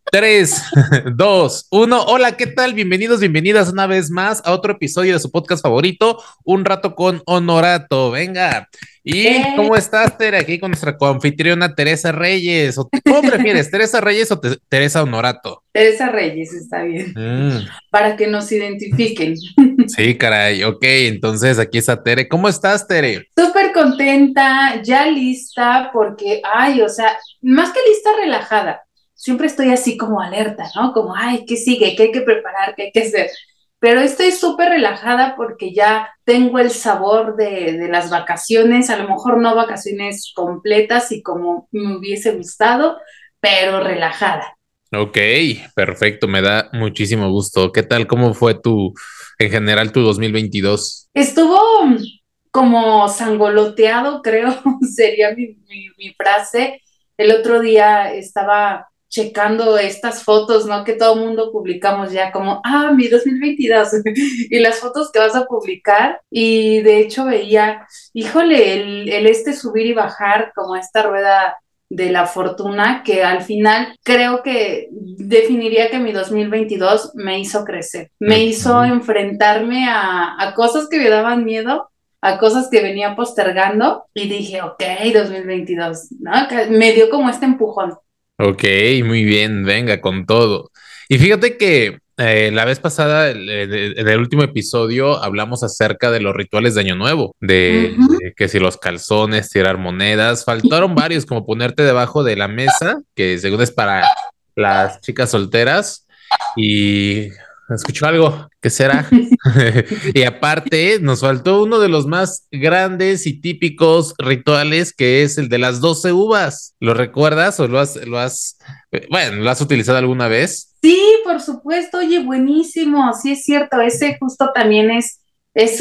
3, 2, 1. Hola, ¿qué tal? Bienvenidos, bienvenidas una vez más a otro episodio de su podcast favorito, Un Rato con Honorato. Venga. ¿Y Eh, cómo estás, Tere? Aquí con nuestra coanfitriona Teresa Reyes. ¿Cómo prefieres, Teresa Reyes o Teresa Honorato? Teresa Reyes está bien, Mm, para que nos identifiquen. sí, caray. Ok, entonces aquí está Tere. ¿Cómo estás, Tere? Súper contenta, ya lista, porque, ay, o sea, más que lista, relajada. Siempre estoy así como alerta, ¿no? Como, ay, ¿qué sigue? ¿Qué hay que preparar? ¿Qué hay que hacer? Pero estoy súper relajada porque ya tengo el sabor de las vacaciones, a lo mejor no vacaciones completas y como me hubiese gustado, pero relajada. Ok, perfecto. Me da muchísimo gusto. ¿Qué tal? ¿Cómo fue en general, tu 2022? Estuvo como sangoloteado, creo, sería mi frase. El otro día estaba checando estas fotos, ¿no? Que todo el mundo publicamos ya como, mi 2022 y las fotos que vas a publicar. Y de hecho veía, híjole, el este subir y bajar como esta rueda de la fortuna que al final creo que definiría que mi 2022 me hizo crecer, me hizo Ujú. enfrentarme a cosas que me daban miedo, a cosas que venía postergando y dije, ok, 2022, ¿no? Que me dio como este empujón. Ok, muy bien, venga con todo. Y fíjate que la vez pasada, en el último episodio, hablamos acerca de los rituales de Año Nuevo, Ujú. de que si los calzones, tirar monedas, faltaron varios, como ponerte debajo de la mesa, que según es para las chicas solteras, y escucho algo, ¿qué será? Y aparte, nos faltó uno de los más grandes y típicos rituales, que es el de las 12 uvas. ¿Lo recuerdas o bueno, lo has utilizado alguna vez? Sí, por supuesto, oye, buenísimo, sí es cierto, ese justo también es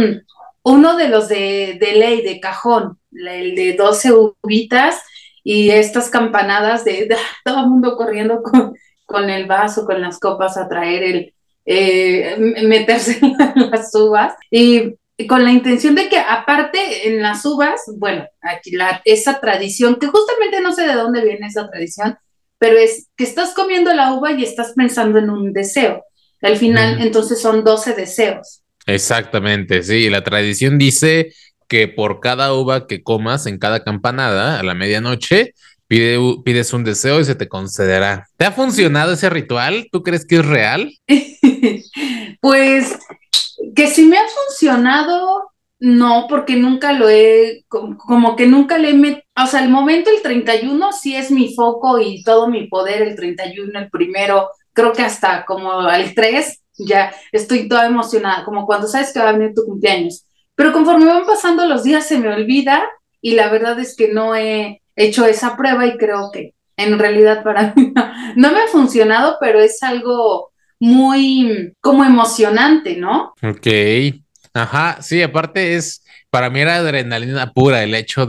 uno de los de ley, de cajón, el de 12 uvitas y estas campanadas de todo el mundo corriendo con el vaso, con las copas a traer meterse en las uvas y con la intención de que aparte en las uvas, bueno, aquí esa tradición, que justamente no sé de dónde viene esa tradición, pero es que estás comiendo la uva y estás pensando en un deseo. Al final, Mm. entonces son 12 deseos. Exactamente, sí. La tradición dice que por cada uva que comas en cada campanada a la medianoche, pides un deseo y se te concederá. ¿Te ha funcionado ese ritual? ¿Tú crees que es real? Pues que si me ha funcionado, no, porque nunca lo he, como que nunca le he metido, o sea, el momento, el 31 sí es mi foco y todo mi poder, el 31 el primero, creo que hasta como al 3 ya estoy toda emocionada, como cuando sabes que va a venir tu cumpleaños. Pero conforme van pasando los días se me olvida y la verdad es que no he hecho esa prueba y creo que en realidad para mí no me ha funcionado, pero es algo muy como emocionante, ¿no? Ok, ajá, sí, aparte para mí era adrenalina pura el hecho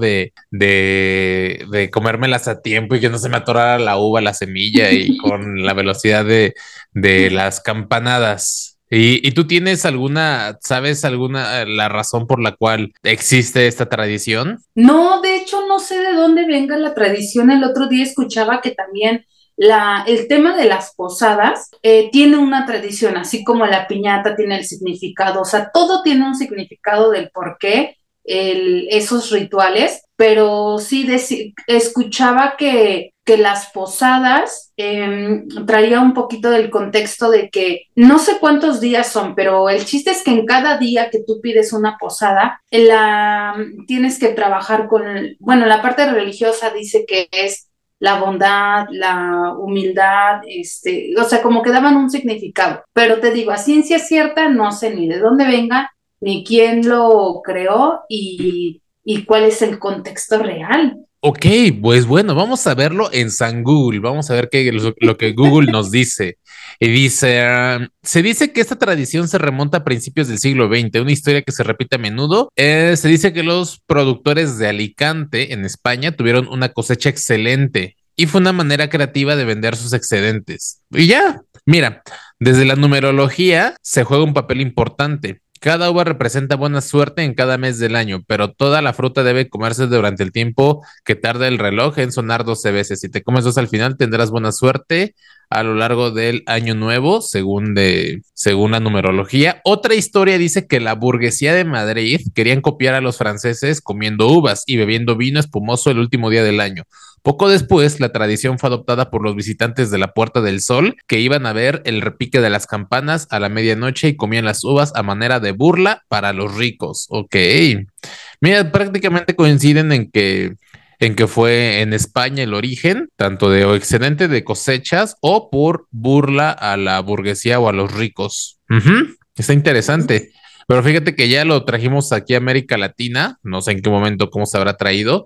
de comérmelas a tiempo y que no se me atorara la uva, la semilla y con la velocidad de las campanadas. ¿Y tú tienes sabes alguna, la razón por la cual existe esta tradición? No, de hecho no sé de dónde venga la tradición. El otro día escuchaba que también el tema de las posadas tiene una tradición, así como la piñata tiene el significado, o sea, todo tiene un significado del por qué esos rituales, pero sí escuchaba que las posadas traía un poquito del contexto de que no sé cuántos días son, pero el chiste es que en cada día que tú pides una posada, tienes que trabajar con, bueno, la parte religiosa dice que es la bondad, la humildad, o sea, como que daban un significado. Pero te digo, a ciencia cierta, no sé ni de dónde venga, ni quién lo creó y cuál es el contexto real. Ok, pues bueno, vamos a verlo en San Google, vamos a ver lo que Google nos dice. Y dice, se dice que esta tradición se remonta a principios del siglo XX, una historia que se repite a menudo. Se dice que los productores de Alicante, en España, tuvieron una cosecha excelente y fue una manera creativa de vender sus excedentes. Y ya, mira, desde la numerología se juega un papel importante. Cada uva representa buena suerte en cada mes del año, pero toda la fruta debe comerse durante el tiempo que tarda el reloj en sonar 12 veces. Si te comes dos al final, tendrás buena suerte a lo largo del año nuevo, según la numerología. Otra historia dice que la burguesía de Madrid querían copiar a los franceses comiendo uvas y bebiendo vino espumoso el último día del año. Poco después, la tradición fue adoptada por los visitantes de la Puerta del Sol, que iban a ver el repique de las campanas a la medianoche y comían las uvas a manera de burla para los ricos. Ok. Mira, prácticamente coinciden en que fue en España el origen, tanto de o excedente de cosechas o por burla a la burguesía o a los ricos. Ujú, está interesante. Pero fíjate que ya lo trajimos aquí a América Latina, no sé en qué momento, cómo se habrá traído.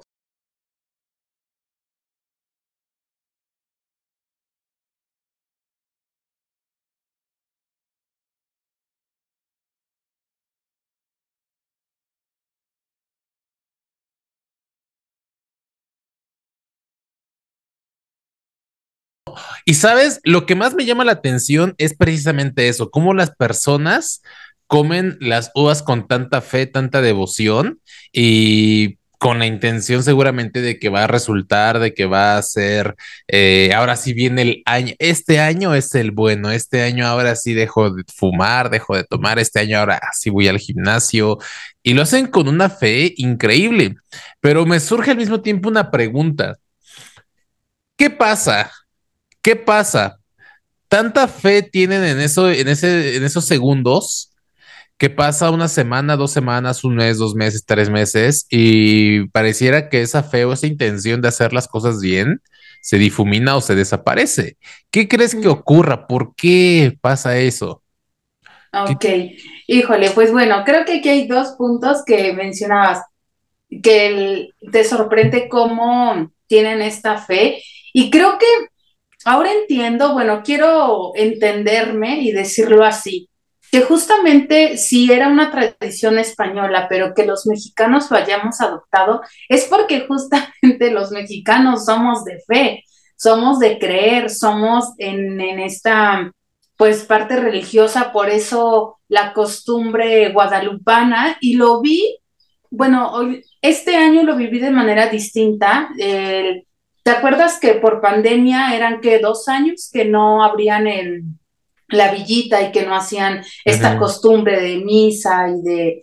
Y sabes, lo que más me llama la atención es precisamente eso, cómo las personas comen las uvas con tanta fe, tanta devoción y con la intención seguramente de que va a resultar, de que va a ser, ahora sí viene el año, este año es el bueno, este año ahora sí dejo de fumar, dejo de tomar, este año ahora sí voy al gimnasio y lo hacen con una fe increíble. Pero me surge al mismo tiempo una pregunta. ¿Qué pasa? ¿Qué pasa? Tanta fe tienen en esos segundos que pasa una semana, 2 semanas, un mes, 2 meses, 3 meses y pareciera que esa fe o esa intención de hacer las cosas bien se difumina o se desaparece. ¿Qué crees que Mm. ocurra? ¿Por qué pasa eso? ¿Qué- Ok, híjole, pues bueno, creo que aquí hay dos puntos que mencionabas, que te sorprende cómo tienen esta fe y creo que ahora entiendo, bueno, quiero entenderme y decirlo así, que justamente si era una tradición española, pero que los mexicanos lo hayamos adoptado, es porque justamente los mexicanos somos de fe, somos de creer, somos en esta, pues, parte religiosa, por eso la costumbre guadalupana, y lo vi, bueno, hoy, este año lo viví de manera distinta. ¿Te acuerdas que por pandemia eran que 2 años que no abrían la villita y que no hacían esta Ujú. costumbre de misa y de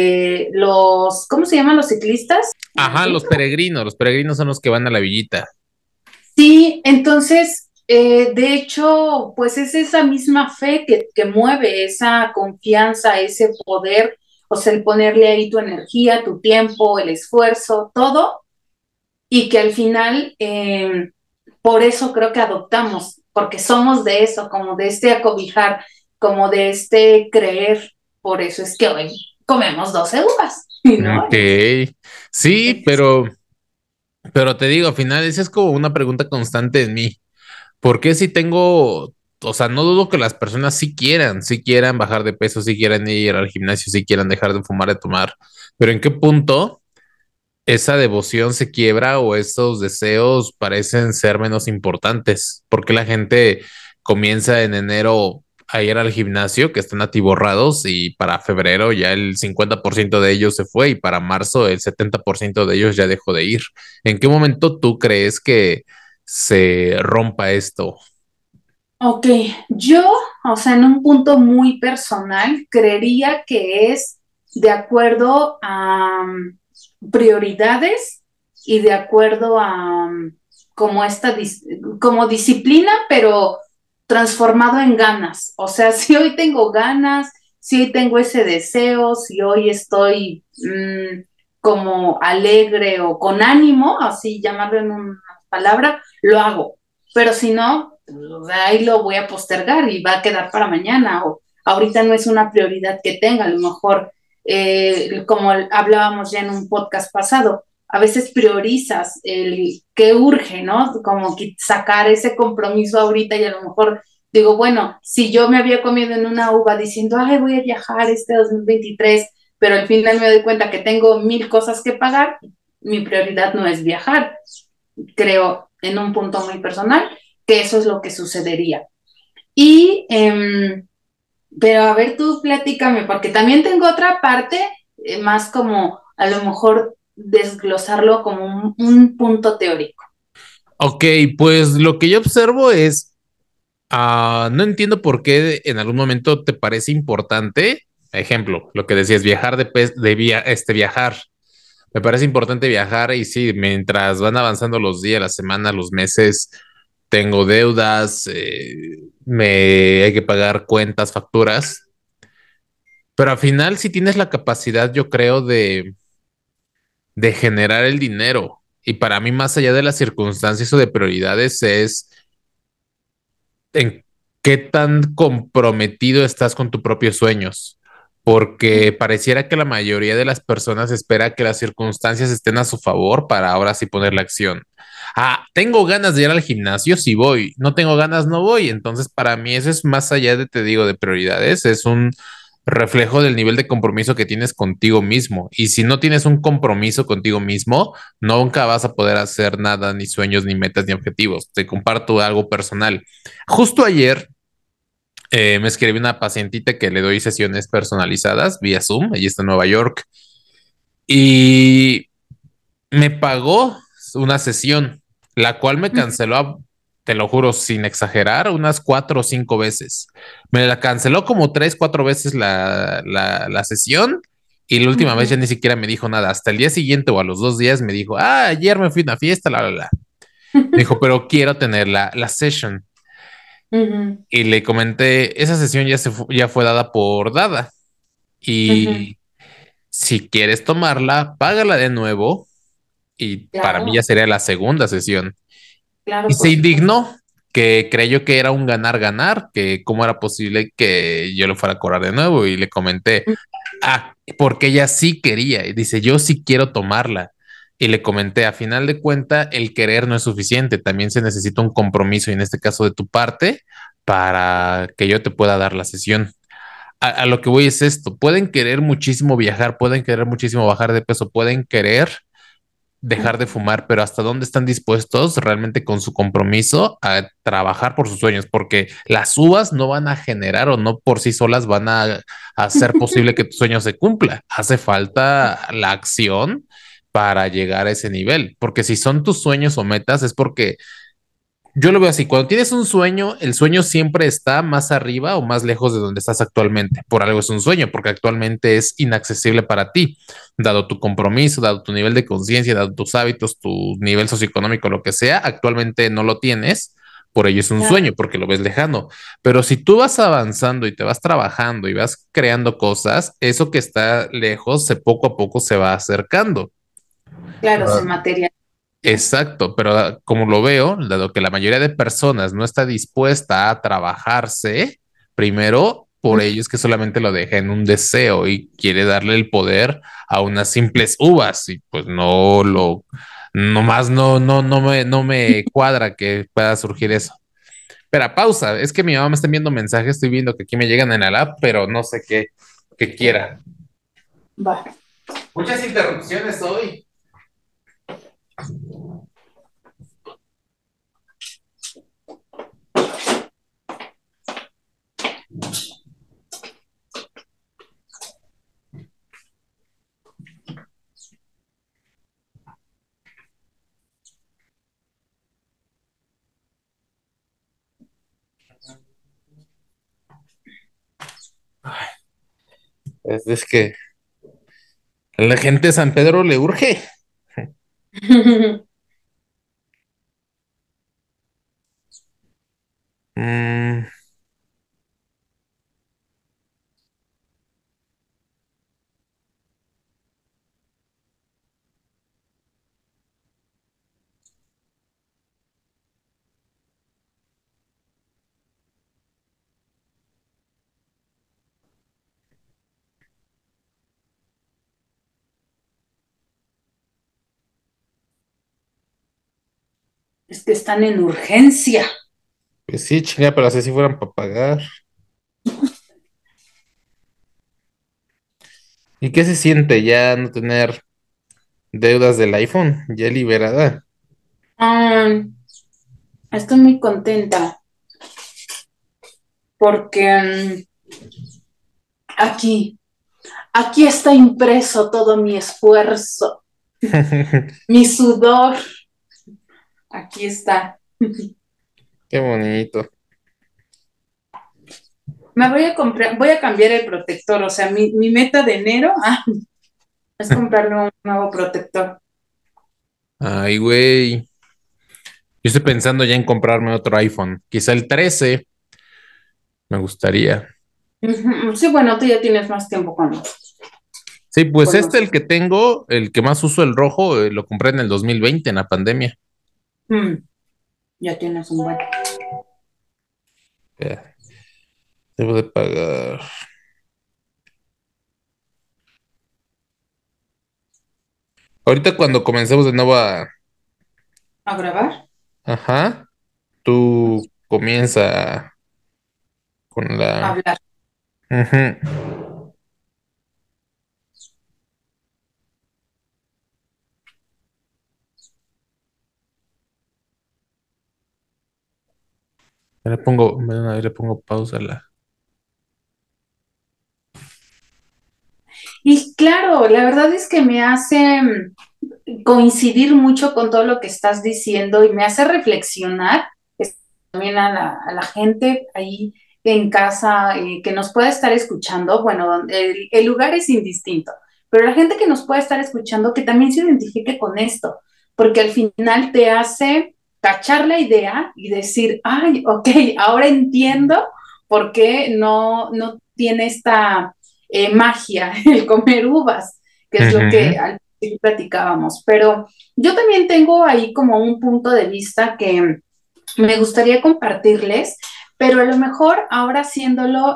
los, ¿cómo se llaman los ciclistas? Ajá, los peregrinos son los que van a la villita. Sí, entonces, de hecho, pues es esa misma fe que mueve esa confianza, ese poder, o sea, el ponerle ahí tu energía, tu tiempo, el esfuerzo, todo, y que al final, por eso creo que adoptamos, porque somos de eso, como de este acobijar, como de este creer, por eso es que hoy comemos 12 uvas, ¿no? Ok, sí, pero te digo, al final esa es como una pregunta constante en mí. ¿Por qué si tengo, o sea, no dudo que las personas sí quieran bajar de peso, sí quieran ir al gimnasio, sí quieran dejar de fumar, de tomar, pero ¿en qué punto esa devoción se quiebra o esos deseos parecen ser menos importantes? Porque la gente comienza en enero a ir al gimnasio, que están atiborrados, y para febrero ya el 50% de ellos se fue y para marzo el 70% de ellos ya dejó de ir. ¿En qué momento tú crees que se rompa esto? Ok, yo, o sea, en un punto muy personal, creería que es de acuerdo a prioridades y de acuerdo a como como disciplina, pero transformado en ganas. O sea, si hoy tengo ganas, si hoy tengo ese deseo, si hoy estoy como alegre o con ánimo, así llamarlo en una palabra, lo hago. Pero si no, ahí lo voy a postergar y va a quedar para mañana o ahorita no es una prioridad que tenga, a lo mejor, como hablábamos ya en un podcast pasado, a veces priorizas el que urge, ¿no? Como que sacar ese compromiso ahorita y a lo mejor digo, bueno, si yo me había comido en una uva diciendo, ay, voy a viajar este 2023, pero al final me doy cuenta que tengo 1000 cosas que pagar, mi prioridad no es viajar, creo, en un punto muy personal, que eso es lo que sucedería. Y, pero a ver, tú platícame, porque también tengo otra parte, más como a lo mejor desglosarlo como un punto teórico. Ok, pues lo que yo observo es No entiendo por qué en algún momento te parece importante. Ejemplo, lo que decías, viajar viajar. Me parece importante viajar y sí, mientras van avanzando los días, las semanas, los meses, tengo deudas, me hay que pagar cuentas, facturas, pero al final si tienes la capacidad, yo creo, de generar el dinero. Y para mí, más allá de las circunstancias o de prioridades, es en qué tan comprometido estás con tus propios sueños. Porque pareciera que la mayoría de las personas espera que las circunstancias estén a su favor para ahora sí poner la acción. Tengo ganas de ir al gimnasio, si voy. No tengo ganas, no voy. Entonces, para mí eso es más allá de, te digo, de prioridades. Es un reflejo del nivel de compromiso que tienes contigo mismo. Y si no tienes un compromiso contigo mismo, nunca vas a poder hacer nada, ni sueños, ni metas, ni objetivos. Te comparto algo personal. Justo ayer me escribí una pacientita que le doy sesiones personalizadas vía Zoom, ella está en Nueva York, y me pagó una sesión, la cual me canceló, te lo juro, sin exagerar, unas 4 o 5 veces. Me la canceló como 3, 4 veces la sesión. Y la última vez ya ni siquiera me dijo nada. Hasta el día siguiente o a los 2 días me dijo, ayer me fui a una fiesta, la, la, la. Me dijo, pero quiero tener la session. Y le comenté, esa sesión ya fue dada por dada. Y si quieres tomarla, págala de nuevo. Y para mí ya Claro, sería la segunda sesión. Y claro, se por supuesto. indignó, que creyó que era un ganar-ganar, que cómo era posible que yo lo fuera a cobrar de nuevo. Y le comenté, porque ella sí quería. Y dice, yo sí quiero tomarla. Y le comenté, a final de cuenta, el querer no es suficiente. También se necesita un compromiso, y en este caso de tu parte, para que yo te pueda dar la sesión. A lo que voy es esto, pueden querer muchísimo viajar, pueden querer muchísimo bajar de peso, pueden querer dejar de fumar, pero ¿hasta dónde están dispuestos realmente con su compromiso a trabajar por sus sueños? Porque las uvas no van a generar o no por sí solas van a hacer posible que tu sueño se cumpla. Hace falta la acción para llegar a ese nivel, porque si son tus sueños o metas es porque yo lo veo así, cuando tienes un sueño, el sueño siempre está más arriba o más lejos de donde estás actualmente. Por algo es un sueño, porque actualmente es inaccesible para ti, dado tu compromiso, dado tu nivel de conciencia, dado tus hábitos, tu nivel socioeconómico, lo que sea, actualmente no lo tienes, por ello es un Claro, sueño, porque lo ves lejano. Pero si tú vas avanzando y te vas trabajando y vas creando cosas, eso que está lejos, poco a poco se va acercando. claro, se materializa, ¿no? Exacto, pero como lo veo, dado que la mayoría de personas no está dispuesta a trabajarse, primero, por ello es que solamente lo deja en un deseo y quiere darle el poder a unas simples uvas y pues nomás no me cuadra que pueda surgir eso. Espera, pausa, es que mi mamá me está enviando mensajes, estoy viendo que aquí me llegan en el app, pero no sé qué quiera. Va. Muchas interrupciones hoy. Es que a la gente de San Pedro le urge. Mm, Es que están en urgencia. pues sí, chinga, pero así si fueran para pagar. ¿Y qué se siente ya no tener deudas del iPhone ya liberada? Ay, estoy muy contenta porque aquí, aquí está impreso todo mi esfuerzo, mi sudor. Aquí está. Qué bonito. Me voy a comprar, voy a cambiar el protector, o sea, mi meta de enero es comprarle un nuevo protector. Ay, güey. Yo estoy pensando ya en comprarme otro iPhone. Quizá el 13 me gustaría. Ujú. Sí, bueno, tú ya tienes más tiempo Sí, pues con el nosotros. que tengo, el que más uso, el rojo, lo compré en el 2020 en la pandemia. Mm, ya tienes un buen. Ya, debo de pagar. Ahorita cuando comencemos de nuevo ¿A grabar? ajá, tú comienza con A la... hablar. Ujú. Ahí le pongo pausa a la... Y claro, la verdad es que me hace coincidir mucho con todo lo que estás diciendo y me hace reflexionar también a la gente ahí en casa que nos pueda estar escuchando. Bueno, el lugar es indistinto, pero la gente que nos pueda estar escuchando que también se identifique con esto, porque al final te hace cachar la idea y decir, ay, ok, ahora entiendo por qué no tiene esta magia el comer uvas, que es lo que Ujú. al principio platicábamos. Pero yo también tengo ahí como un punto de vista que me gustaría compartirles, pero a lo mejor ahora haciéndolo,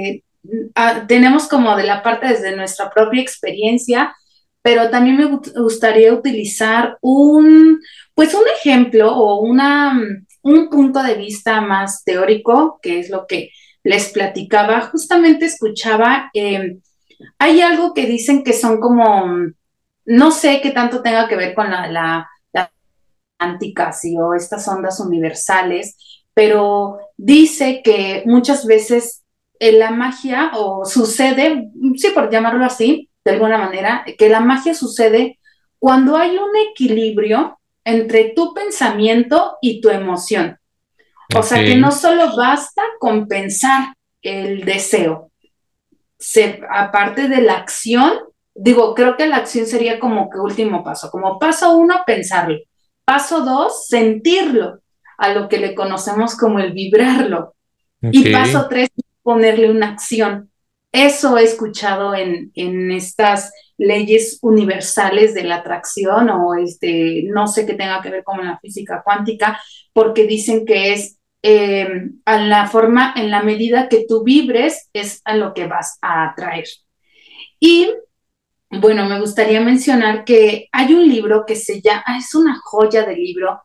tenemos como de la parte desde nuestra propia experiencia, pero también me gustaría utilizar pues un ejemplo o un punto de vista más teórico, que es lo que les platicaba. Justamente escuchaba, hay algo que dicen que son como, no sé qué tanto tenga que ver con la cuánticas o estas ondas universales, pero dice que muchas veces la magia o sucede, sí, por llamarlo así, de alguna manera, que la magia sucede cuando hay un equilibrio entre tu pensamiento y tu emoción. O Ok, sea que no solo basta con pensar el deseo, aparte de la acción, digo, creo que la acción sería como que último paso, como paso uno, pensarlo. Paso dos, sentirlo, a lo que le conocemos como el vibrarlo. Y ok. paso tres, ponerle una acción. Eso he escuchado en estas leyes universales de la atracción o no sé qué tenga que ver con la física cuántica, porque dicen que es a la forma, en la medida que tú vibres, es a lo que vas a atraer. Y bueno, me gustaría mencionar que hay un libro que se llama, es una joya de libro,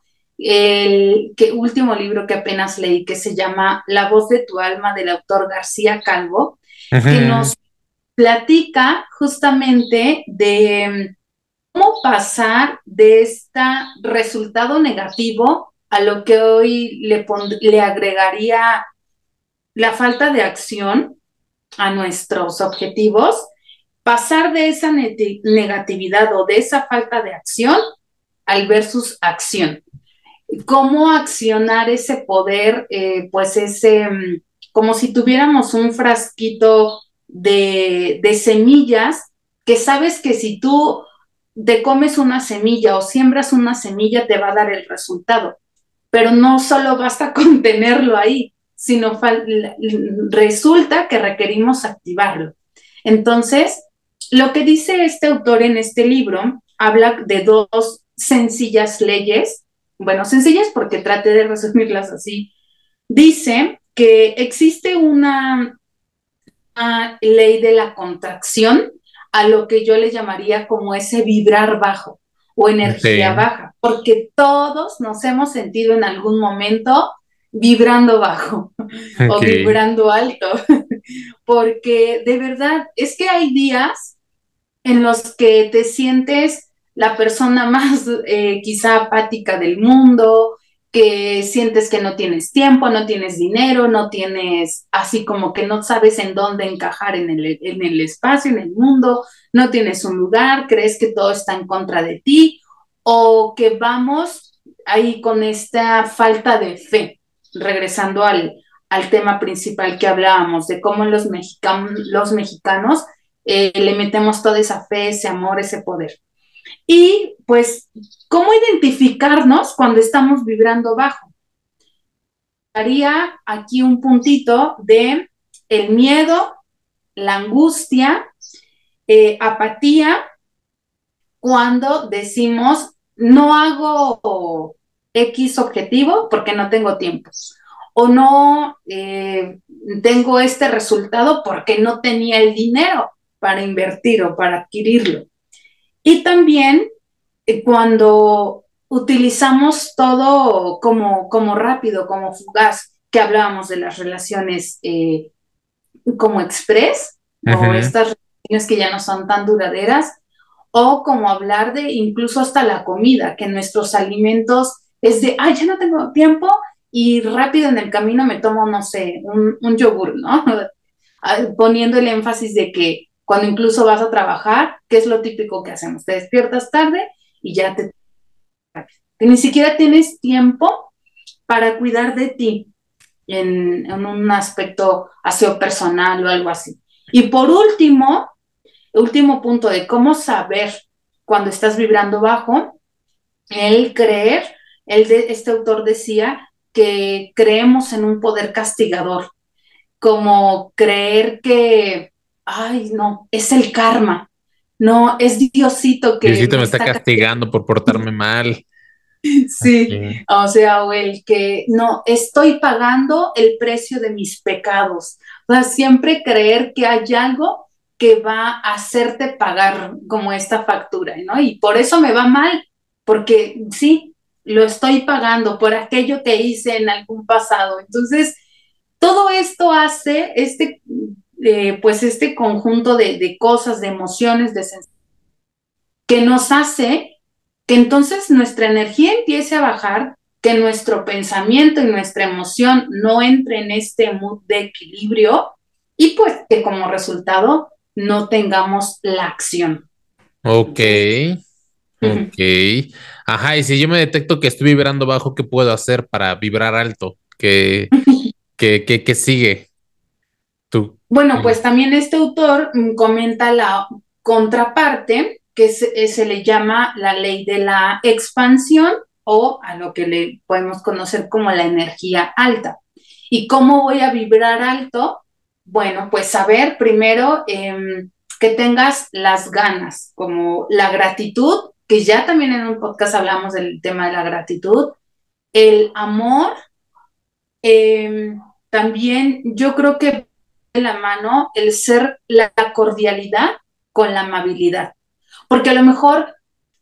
último libro que apenas leí, que se llama La voz de tu alma, del autor García Calvo, que Ujú. nos platica justamente de cómo pasar de este resultado negativo a lo que hoy le agregaría la falta de acción a nuestros objetivos, pasar de esa negatividad o de esa falta de acción al versus acción. ¿Cómo accionar ese poder? Pues como si tuviéramos un frasquito de semillas que sabes que si tú te comes una semilla o siembras una semilla te va a dar el resultado, pero no solo basta con tenerlo ahí, sino resulta que requerimos activarlo. Entonces, lo que dice este autor en este libro habla de dos sencillas leyes, bueno, sencillas porque trate de resumirlas así. Dice que existe una ley de la contracción a lo que yo le llamaría como ese vibrar bajo o energía Ok, baja, porque todos nos hemos sentido en algún momento vibrando bajo ok. o vibrando alto, porque de verdad es que hay días en los que te sientes la persona más quizá apática del mundo, que sientes que no tienes tiempo, no tienes dinero, no tienes, así como que no sabes en dónde encajar en el espacio, en el mundo, no tienes un lugar, crees que todo está en contra de ti, o que vamos ahí con esta falta de fe, regresando al tema principal que hablábamos, de cómo los mexicanos le metemos toda esa fe, ese amor, ese poder. Y pues, ¿cómo identificarnos cuando estamos vibrando bajo? Haría aquí un puntito de el miedo, la angustia, apatía, cuando decimos no hago X objetivo porque no tengo tiempo, o no tengo este resultado porque no tenía el dinero para invertir o para adquirirlo. Y también cuando utilizamos todo como rápido, como fugaz, que hablábamos de las relaciones como express, o Ujú. estas relaciones que ya no son tan duraderas, o como hablar de incluso hasta la comida, que nuestros alimentos es de, ay, ya no tengo tiempo y rápido en el camino me tomo, no sé, un yogur, ¿no? Poniendo el énfasis de que cuando incluso vas a trabajar, ¿qué es lo típico que hacemos? Te despiertas tarde y ya que ni siquiera tienes tiempo para cuidar de ti en un aspecto aseo personal o algo así. Y por último, último punto de cómo saber cuando estás vibrando bajo, el creer, este autor decía que creemos en un poder castigador, como creer que, ay, no, es el karma, no, es Diosito que Diosito me me está está castigando. castigando por portarme mal. Sí, Sí. o sea, o el que no, estoy pagando el precio de mis pecados. O sea, siempre creer que hay algo que va a hacerte pagar como esta factura, ¿no? Y por eso me va mal, porque sí, lo estoy pagando por aquello que hice en algún pasado. Entonces, todo esto hace pues este conjunto de cosas, de emociones, de sensaciones, que nos hace que entonces nuestra energía empiece a bajar, que nuestro pensamiento y nuestra emoción no entre en este mood de equilibrio y pues que como resultado no tengamos la acción. Ok, Entonces, ok. Ajá, y si yo me detecto que estoy vibrando bajo, ¿qué puedo hacer para vibrar alto? ¿Qué sigue? Tú. bueno, pues también este autor comenta la contraparte que se le llama la ley de la expansión o a lo que le podemos conocer como la energía alta. ¿Y cómo voy a vibrar alto? Bueno, pues saber primero que tengas las ganas, como la gratitud, que ya también en un podcast hablamos del tema de la gratitud, el amor, eh, también yo creo que de la mano el ser la cordialidad con la amabilidad, porque a lo mejor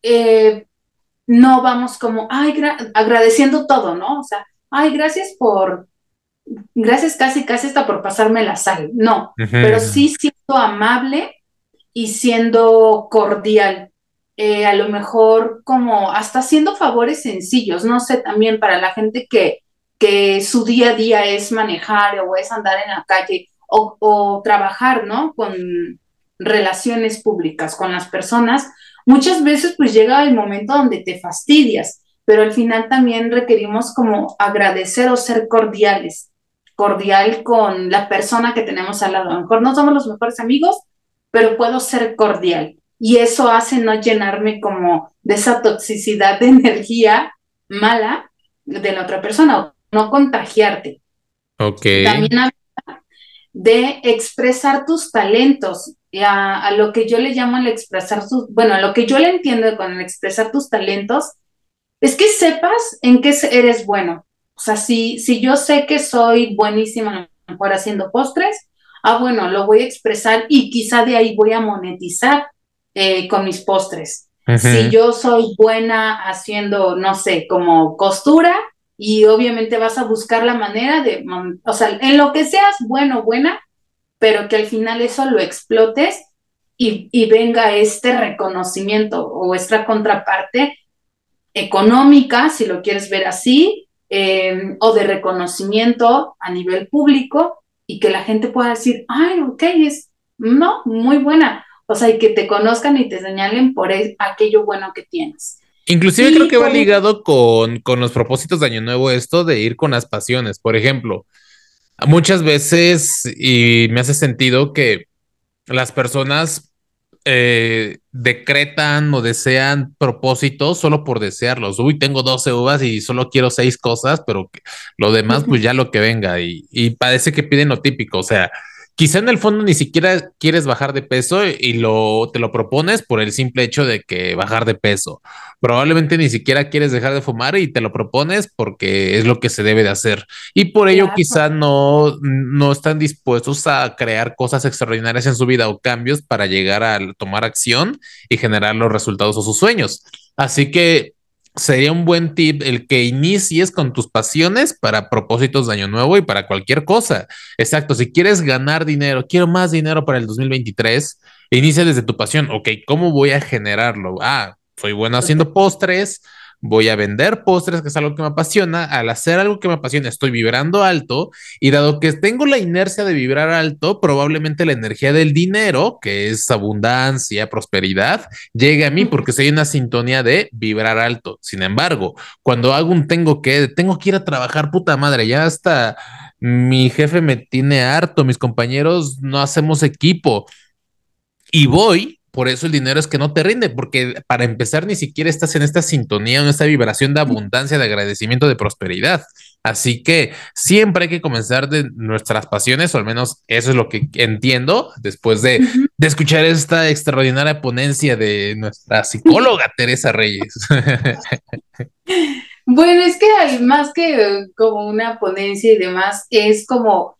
no vamos como, ay, agradeciendo todo, ¿no? O sea, ay, gracias casi, casi hasta por pasarme la sal, no, pero Ujú. sí siendo amable y siendo cordial. A lo mejor como hasta haciendo favores sencillos, no sé, también para la gente que su día a día es manejar o es andar en la calle o trabajar, ¿no? Con relaciones públicas con las personas, muchas veces pues llega el momento donde te fastidias, pero al final también requerimos como agradecer o ser cordiales, cordial con la persona que tenemos al lado. A lo mejor no somos los mejores amigos, pero puedo ser cordial. Y eso hace no llenarme como de esa toxicidad de energía mala de la otra persona, o no contagiarte. Ok. También de expresar tus talentos, a lo que yo le llamo el expresar tus, bueno, a lo que yo le entiendo con el expresar tus talentos, es que sepas en qué eres bueno. O sea, si yo sé que soy buenísima a lo mejor haciendo postres, bueno, lo voy a expresar y quizá de ahí voy a monetizar con mis postres. Si Ujú. yo soy buena haciendo, no sé, como costura, y obviamente vas a buscar la manera de, o sea, en lo que seas bueno, buena, pero que al final eso lo explotes y venga este reconocimiento o esta contraparte económica, si lo quieres ver así, o de reconocimiento a nivel público y que la gente pueda decir, ay, ok, es, no, muy buena. O sea, y que te conozcan y te señalen por aquello bueno que tienes. Inclusive creo Y que va por ligado con los propósitos de Año Nuevo esto de ir con las pasiones. Por ejemplo, Muchas veces, y me hace sentido que las personas decretan o desean propósitos solo por desearlos. Uy, tengo 12 uvas y solo quiero 6 cosas, pero lo demás, pues ya lo que venga. Y parece que piden lo típico. O sea, quizá en el fondo ni siquiera quieres bajar de peso y te lo propones por el simple hecho de que bajar de peso. Probablemente ni siquiera quieres dejar de fumar y te lo propones porque es lo que se debe de hacer. Y por ello Claro. quizá no están dispuestos a crear cosas extraordinarias en su vida o cambios para llegar a tomar acción y generar los resultados o sus sueños. Así que sería un buen tip el que inicies con tus pasiones para propósitos de año nuevo y para cualquier cosa. Exacto, si quieres ganar dinero, quiero más dinero para el 2023, inicia desde tu pasión. Ok, ¿cómo voy a generarlo? Ah, soy bueno haciendo postres, voy a vender postres, que es algo que me apasiona. Al hacer algo que me apasiona, estoy vibrando alto y dado que tengo la inercia de vibrar alto, probablemente la energía del dinero, que es abundancia, prosperidad, llegue a mí porque soy una sintonía de vibrar alto. Sin embargo, cuando hago un tengo que ir a trabajar, puta madre, ya hasta mi jefe me tiene harto, mis compañeros no hacemos equipo y voy, por eso el dinero es que no te rinde, porque para empezar ni siquiera estás en esta sintonía, en esta vibración de abundancia, de agradecimiento, de prosperidad. Así que siempre hay que comenzar de nuestras pasiones, o al menos eso es lo que entiendo después de escuchar esta extraordinaria ponencia de nuestra psicóloga Teresa Reyes. Bueno, es que hay más que como una ponencia y demás, es como,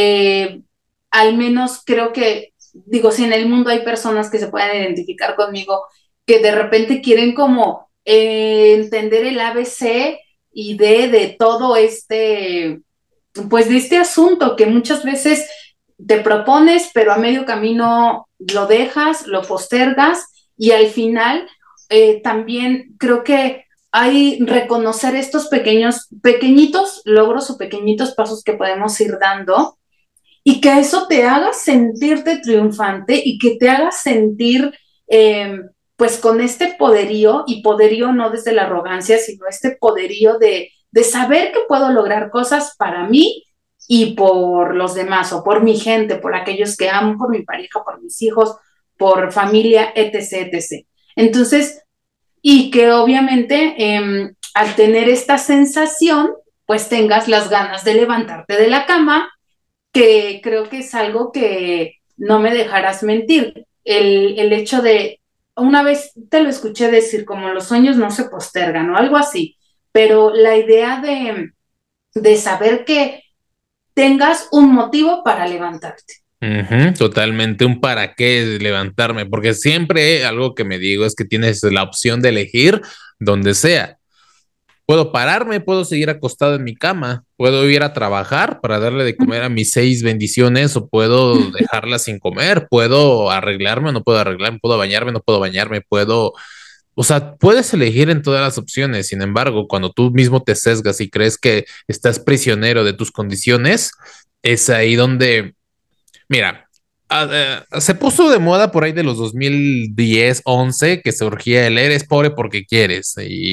al menos creo que, digo, si en el mundo hay personas que se pueden identificar conmigo, que de repente quieren como entender el ABC y de todo este, pues de este asunto que muchas veces te propones, pero a medio camino lo dejas, lo postergas y al final también creo que hay reconocer estos pequeñitos logros o pequeñitos pasos que podemos ir dando y que eso te haga sentirte triunfante y que te haga sentir pues con este poderío y poderío no desde la arrogancia, sino este poderío de saber que puedo lograr cosas para mí y por los demás o por mi gente, por aquellos que amo, por mi pareja, por mis hijos, por familia, etc., etc. Entonces, y que obviamente al tener esta sensación, pues tengas las ganas de levantarte de la cama, que creo que es algo que no me dejarás mentir. El hecho de, una vez te lo escuché decir, como los sueños no se postergan o algo así, pero la idea de saber que tengas un motivo para levantarte. Ujú, totalmente un para qué de levantarme, porque siempre algo que me digo es que tienes la opción de elegir donde sea. Puedo pararme, puedo seguir acostado en mi cama, puedo ir a trabajar para darle de comer a mis 6 bendiciones o puedo dejarla sin comer, puedo arreglarme, no puedo arreglarme, puedo bañarme, no puedo bañarme, puedo, o sea, puedes elegir en todas las opciones. Sin embargo, cuando tú mismo te sesgas y crees que estás prisionero de tus condiciones, es ahí donde mira, se puso de moda por ahí de los 2010, 11, que surgía el eres pobre porque quieres.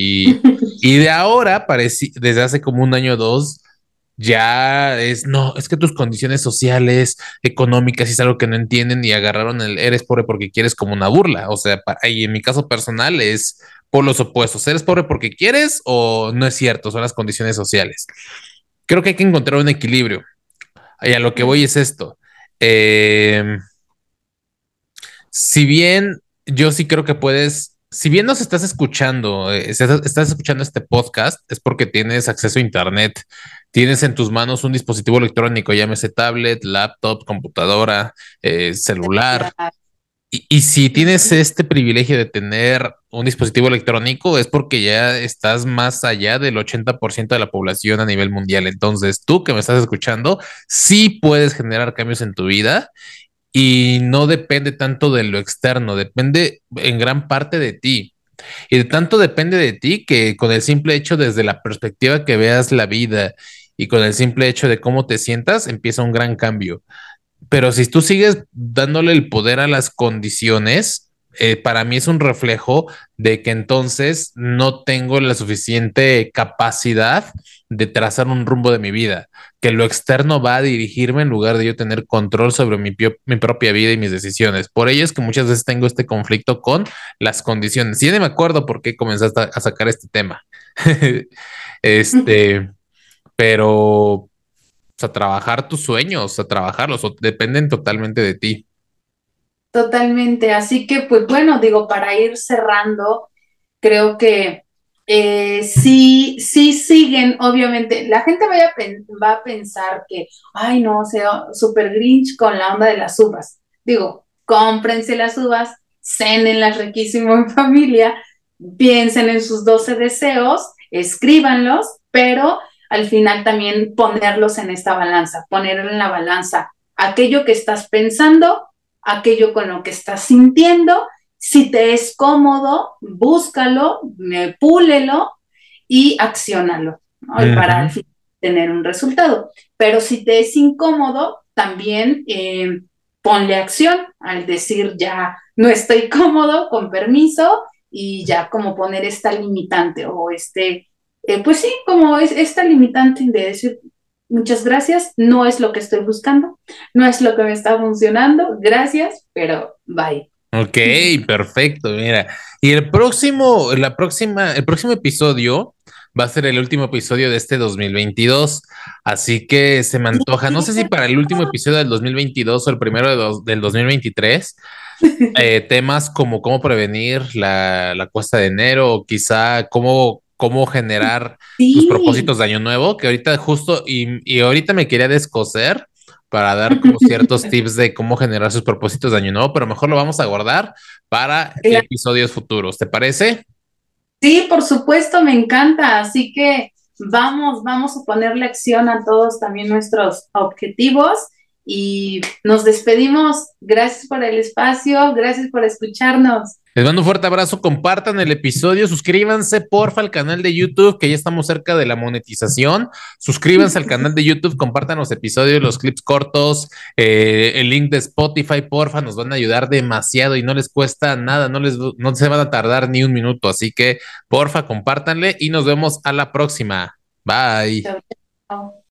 Y de ahora, desde hace como un año o dos, ya es, no, es que tus condiciones sociales, económicas, es algo que no entienden y agarraron el eres pobre porque quieres como una burla. O sea, y en mi caso personal es por los opuestos. ¿Eres pobre porque quieres o no es cierto? Son las condiciones sociales. Creo que hay que encontrar un equilibrio. Y a lo que voy es esto. Eh, si bien yo sí creo que puedes, si bien nos estás escuchando, estás escuchando este podcast, es porque tienes acceso a Internet, tienes en tus manos un dispositivo electrónico, llámese tablet, laptop, computadora, celular. Y si tienes este privilegio de tener un dispositivo electrónico, es porque ya estás más allá del 80% de la población a nivel mundial. Entonces, tú que me estás escuchando, sí puedes generar cambios en tu vida y no depende tanto de lo externo, depende en gran parte de ti. Y de tanto depende de ti que con el simple hecho desde la perspectiva que veas la vida y con el simple hecho de cómo te sientas, empieza un gran cambio. Pero si tú sigues dándole el poder a las condiciones, para mí es un reflejo de que entonces no tengo la suficiente capacidad de trazar un rumbo de mi vida, que lo externo va a dirigirme en lugar de yo tener control sobre mi propia vida y mis decisiones. Por ello es que muchas veces tengo este conflicto con las condiciones. Y ya ni me acuerdo por qué comenzaste a sacar este tema. Este, pero, o sea, trabajar tus sueños, a trabajarlos, dependen totalmente de ti. Totalmente. Así que, pues bueno, digo, para ir cerrando, creo que sí, sí siguen, obviamente, la gente va a pensar que, ay, no, o sea, super Grinch con la onda de las uvas. Digo, cómprense las uvas, cénenlas riquísimo en familia, piensen en sus 12 deseos, escríbanlos, pero al final también ponerlos en esta balanza, poner en la balanza aquello que estás pensando, aquello con lo que estás sintiendo. Si te es cómodo, búscalo, púlelo y acciónalo, ¿no? Y para al Ujú. fin tener un resultado. Pero si te es incómodo, también ponle acción al decir ya no estoy cómodo, con permiso, y ya como poner esta limitante o pues sí, como es esta limitante de decir muchas gracias, no es lo que estoy buscando, no es lo que me está funcionando, gracias, pero bye. Ok, perfecto, mira. Y el próximo episodio va a ser el último episodio de este 2022, así que se me antoja, no sé si para el último episodio del 2022 o el primero del 2023, temas como cómo prevenir la cuesta de enero o quizá cómo generar tus Sí. propósitos de año nuevo, que ahorita justo, y ahorita me quería descoser para dar como ciertos tips de cómo generar sus propósitos de año nuevo, pero mejor lo vamos a guardar para Claro. episodios futuros, ¿te parece? Sí, por supuesto, me encanta. Así que vamos a ponerle acción a todos también nuestros objetivos y nos despedimos. Gracias por el espacio, gracias por escucharnos. Les mando un fuerte abrazo, compartan el episodio, suscríbanse porfa al canal de YouTube, que ya estamos cerca de la monetización. Suscríbanse al canal de YouTube, compartan los episodios, los clips cortos, el link de Spotify, porfa, nos van a ayudar demasiado y no les cuesta nada, no se van a tardar ni un minuto. Así que porfa, compártanle y nos vemos a la próxima. Bye. Chao, chao.